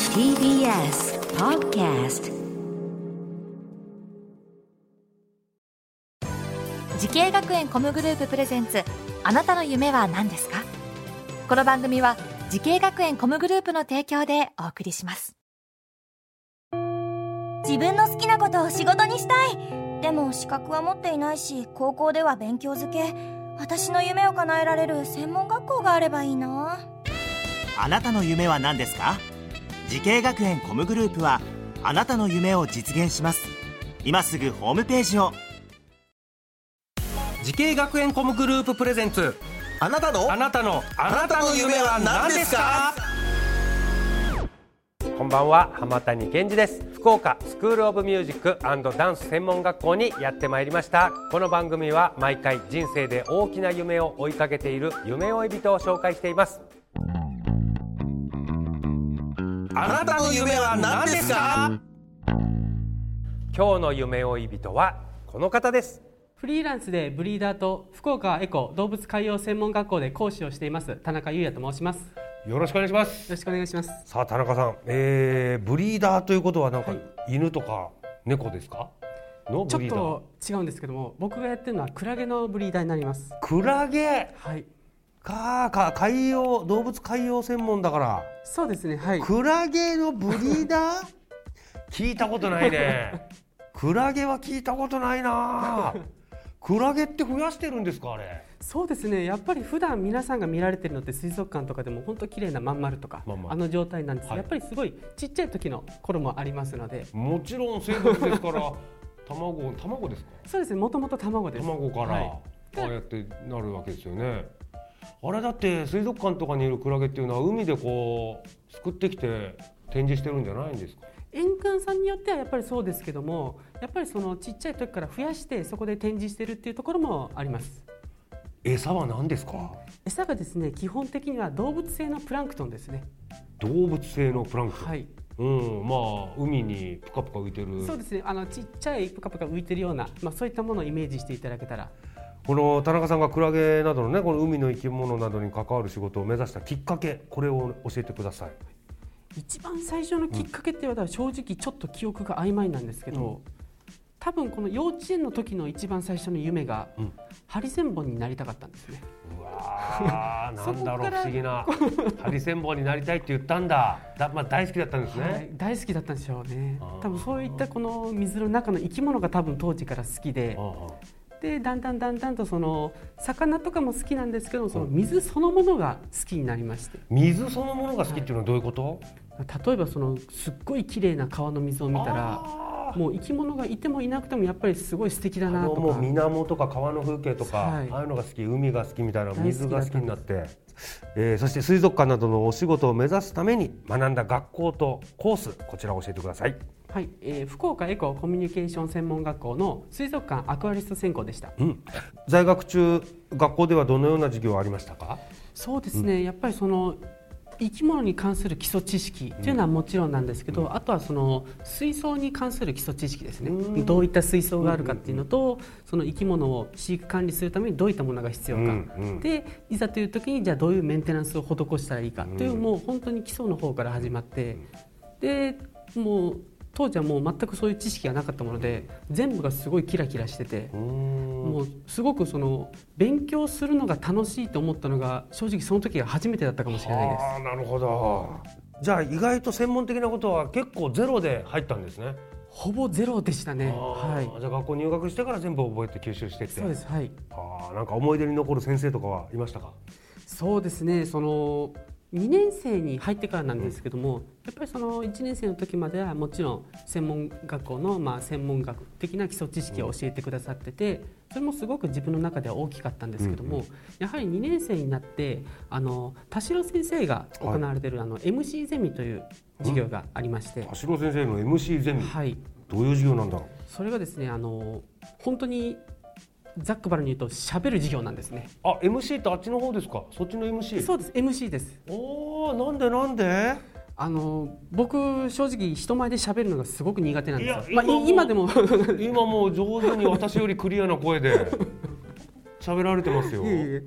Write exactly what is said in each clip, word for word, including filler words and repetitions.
ティービーエス Podcast。 時系学園コムグループプレゼンツ、あなたの夢は何ですか？この番組は時系学園コムグループの提供でお送りします。 自分の好きなことを仕事にしたい。でも資格は持っていないし、高校では勉強づけ。私の夢を叶えられる専門学校があればいいな。 あなたの夢は何ですか？時系学園コムグループはあなたの夢を実現します。今すぐホームページを。 時系学園コムグループプレゼンツ、 あなたのあなたのあなたの夢は何ですか？ こんばんは、浜谷健二です。福岡スクールオブミュージック&ダンス専門学校にやってまいりました。この番組は毎回人生で大きな夢を追いかけている夢追い人を紹介しています。 あなたの夢は何ですか？ 今日の夢追い人はこの方です。 フリーランスでブリーダーと福岡エコ動物海洋専門学校で講師をしています田中優也と申します。 よろしくお願いします。 よろしくお願いします。 さあ田中さん、えー、ブリーダーということはなんか、 はい、 犬とか猫ですかのブリーダー？ ちょっと違うんですけども、僕がやってるのはクラゲのブリーダーになります。 クラゲ、 はい、 かか海洋動物海洋専門だから。 そうですね、はい。 クラゲのブリーダー聞いたことないねクラゲは聞いたことないなクラゲって増やしてるんですか？あれ。 そうですね、やっぱり普段皆さんが見られてるのって水族館とかでも本当綺麗なまん丸とか、まんまあの状態なんです、はい、やっぱりすごいちっちゃい時の頃もありますので。 もちろん生物ですから卵卵ですか？ そうですね、もともと卵です。 卵から、はい、ああやってなるわけですよね。あれだって水族館とかにいるクラゲっていうのは海でこうすくってきて展示してるんじゃないんですか？ 沿岸さんによってはやっぱりそうですけども、やっぱりそのちっちゃい時から増やしてそこで展示してるっていうところもあります。 餌は何ですか？ 餌がですね、基本的には動物性のプランクトンですね。 動物性のプランクトン、はい、うん、まあ海にプカプカ浮いてる。 そうですね、あのちっちゃいプカプカ浮いてるような、まあ、そういったものをイメージしていただけたら。 この田中さんがクラゲなどのね、この海の生き物などに関わる仕事を目指したきっかけ、これを教えてください。 一番最初のきっかけって言われたら正直ちょっと記憶が曖昧なんですけど、うん、多分この幼稚園の時の一番最初の夢が、うん、ハリセンボンになりたかったんですね。 うわなんだろう不思議なハリセンボンになりたいって言ったんだ。だ、まあ、大好きだったんですね、はい、 大好きだったんでしょうね。多分そういったこの水の中の生き物が多分当時から好きで、でだんだんだんだんとその魚とかも好きなんですけど、その水そのものが好きになりまして。 水そのものが好きっていうのはどういうこと？はい、 例えばそのすっごい綺麗な川の水を見たら、もう生き物がいてもいなくてもやっぱりすごい素敵だなとか、 もう水面とか川の風景とか、はい、ああいうのが好き、海が好きみたいな、水が好きになって、えー、そして水族館などのお仕事を目指すために学んだ学校とコース、こちらを教えてください。 はい、えー、福岡エココミュニケーション専門学校の水族館アクアリスト専攻でした、 うん、在学中学校ではどのような授業ありましたか？ そうですね、うん、やっぱりその生き物に関する基礎知識というのはもちろんなんですけど、うん、あとはその水槽に関する基礎知識ですね、うん、どういった水槽があるかっていうのと、うん、その生き物を飼育管理するためにどういったものが必要か、うん、でいざという時にじゃあどういうメンテナンスを施したらいいかという、もう本当に基礎の方から始まって、でもう当時はもう全くそういう知識がなかったもので、全部がすごいキラキラしてて、もうすごくその勉強するのが楽しいと思ったのが正直その時が初めてだったかもしれないです。 あ、なるほど。じゃあ意外と専門的なことは結構ゼロで入ったんですね。 ほぼゼロでしたね。はい、 じゃあ学校入学してから全部覚えて吸収していって。 そうです、はい。 あ、なんか思い出に残る先生とかはいましたか？ そうですね、そのにねん生に入ってからなんですけども、うん、やっぱりそのいちねん生の時まではもちろん専門学校のまあ専門学的な基礎知識を教えてくださってて、それもすごく自分の中では大きかったんですけども、うんうん、やはりにねん生になってあの田代先生が行われている、はい、あの エムシー ゼミという授業がありまして、 田代先生の エムシー ゼミ、 はい、 どういう授業なんだろう？それがですね、あの本当にざっくばらんに言うと喋る授業なんですね。 あ、エムシー ってあっちの方ですか？そっちの エムシー？ そうです、 エムシー です。 おー、なんでなんで？ あの僕正直人前で喋るのがすごく苦手なんですよ。まあ、今でも今もう上手に私よりクリアな声で喋られてますよ。 いえいえ、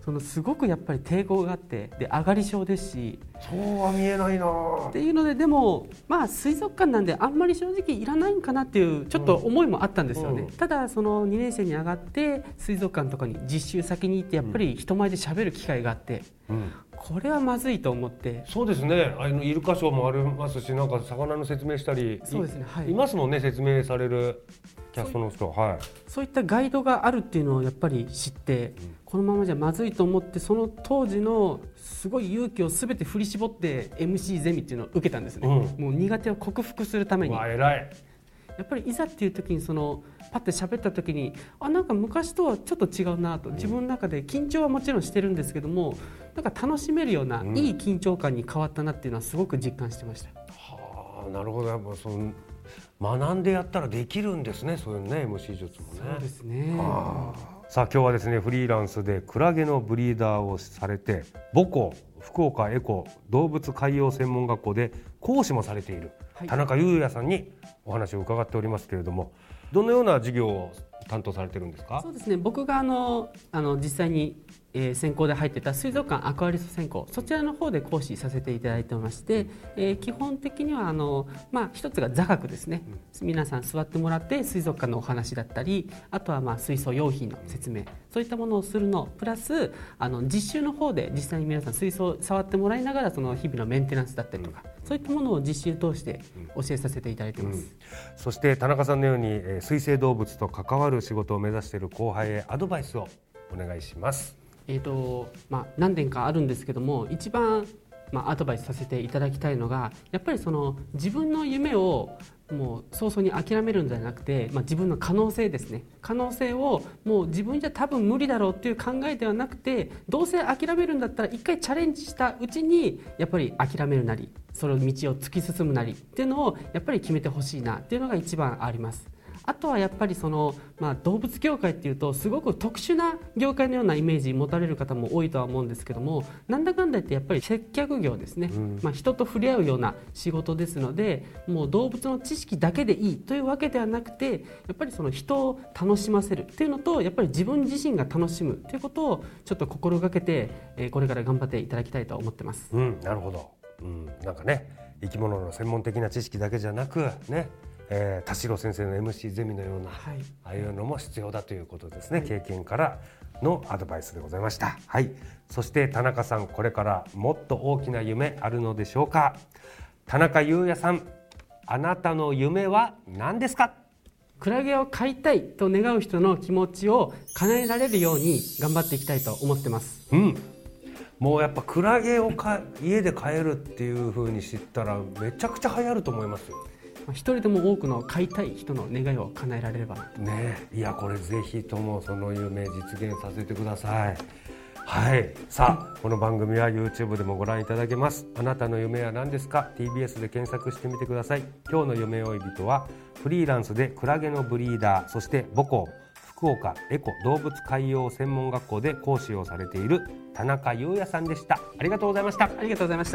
そのすごくやっぱり抵抗があって、で上がり症ですし、 そうは見えないなっていうので、でもまあ水族館なんであんまり正直いらないんかなっていうちょっと思いもあったんですよね、うん、ただそのにねん生に上がって水族館とかに実習先に行ってやっぱり人前で喋る機会があって、うん、これはまずいと思って。 そうですね、あのイルカショーもありますし、なんか魚の説明したり、 そうですね、はい、 いますもんね、説明されるキャストの人。はい、 そういったガイドがあるっていうのをやっぱり知って、うん、このままじゃまずいと思って、その当時のすごい勇気をすべて振り絞って エムシー ゼミっていうのを受けたんですね、うん、もう苦手を克服するために。 わ、偉い。 やっぱりいざっていう時にそのパッて喋った時に、あ、なんか昔とはちょっと違うなと、自分の中で緊張はもちろんしてるんですけども、なんか楽しめるような、うん、いい緊張感に変わったなっていうのはすごく実感してました。 はあ、なるほど。やっぱその学んでやったらできるんですね、そういうね エムシー 術もね。 そうですね。 はあ、さあ今日はですね、フリーランスでクラゲのブリーダーをされて、母校福岡エコ動物海洋専門学校で講師もされている田中裕也さんにお話を伺っておりますけれども、どのような授業を担当されてるんですか？ そうですね、僕があのあの実際に、えー、専攻で入ってた水族館アクアリスト専攻、そちらの方で講師させていただいてまして、えー、基本的にはあの、まあ、一つが座学ですね、うん、皆さん座ってもらって水族館のお話だったり、あとはまあ水槽用品の説明、そういったものをするのプラス、あの実習の方で実際に皆さん水槽を触ってもらいながら、その日々のメンテナンスだったりとか、うん、そういったものを実習通して教えさせていただいています、うん、 そして田中さんのように、えー、水生動物と関わる仕事を目指している後輩へアドバイスをお願いします。 えーとまあ、何点かあるんですけども、一番、まあ、アドバイスさせていただきたいのが、やっぱりその自分の夢をもう早々に諦めるんじゃなくて、まあ、自分の可能性ですね、可能性をもう自分じゃ多分無理だろうっていう考えではなくて、どうせ諦めるんだったら一回チャレンジしたうちにやっぱり諦めるなり、その道を突き進むなりっていうのをやっぱり決めてほしいなっていうのが一番あります。あとはやっぱりその、まあ、動物業界っていうとすごく特殊な業界のようなイメージ持たれる方も多いとは思うんですけども、なんだかんだ言ってやっぱり接客業ですね、うん、まあ、人と触れ合うような仕事ですので、もう動物の知識だけでいいというわけではなくて、やっぱりその人を楽しませるっていうのと、やっぱり自分自身が楽しむということをちょっと心がけて、えー、これから頑張っていただきたいと思ってます、 うん、なるほど、うん、なんかね、生き物の専門的な知識だけじゃなくね、えー、田代先生の エムシー ゼミのような、はい、ああいうのも必要だということですね、はい、経験からのアドバイスでございました、はい、そして田中さん、これからもっと大きな夢あるのでしょうか。田中裕也さん、あなたの夢は何ですか？ クラゲを飼いたいと願う人の気持ちを叶えられるように頑張っていきたいと思ってます、 うん、もうやっぱクラゲをか家で飼えるっていう風に知ったらめちゃくちゃ流行ると思いますよ。 一人でも多くの飼いたい人の願いを叶えられればね。いや、これぜひともその夢実現させてください。はい、さあこの番組は YouTube でもご覧いただけます。あなたの夢は何ですか？ ティービーエス で検索してみてください。今日の夢追い人はフリーランスでクラゲのブリーダー、そして母校福岡エコ動物海洋専門学校で講師をされている田中裕也さんでした。ありがとうございました。 ありがとうございました。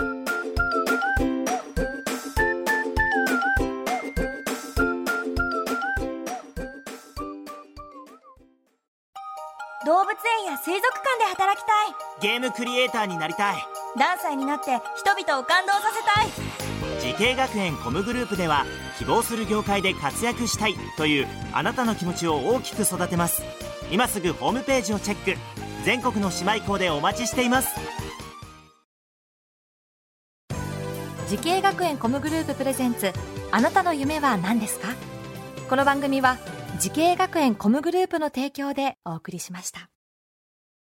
動物園や水族館で働きたい。 ゲームクリエイターになりたい。 何歳になって人々を感動させたい。 時系学園コムグループでは、希望する業界で活躍したいというあなたの気持ちを大きく育てます。今すぐホームページをチェック。全国の姉妹校でお待ちしています。 時系学園コムグループプレゼンツ、あなたの夢は何ですか？この番組は時系学園コムグループの提供でお送りしました。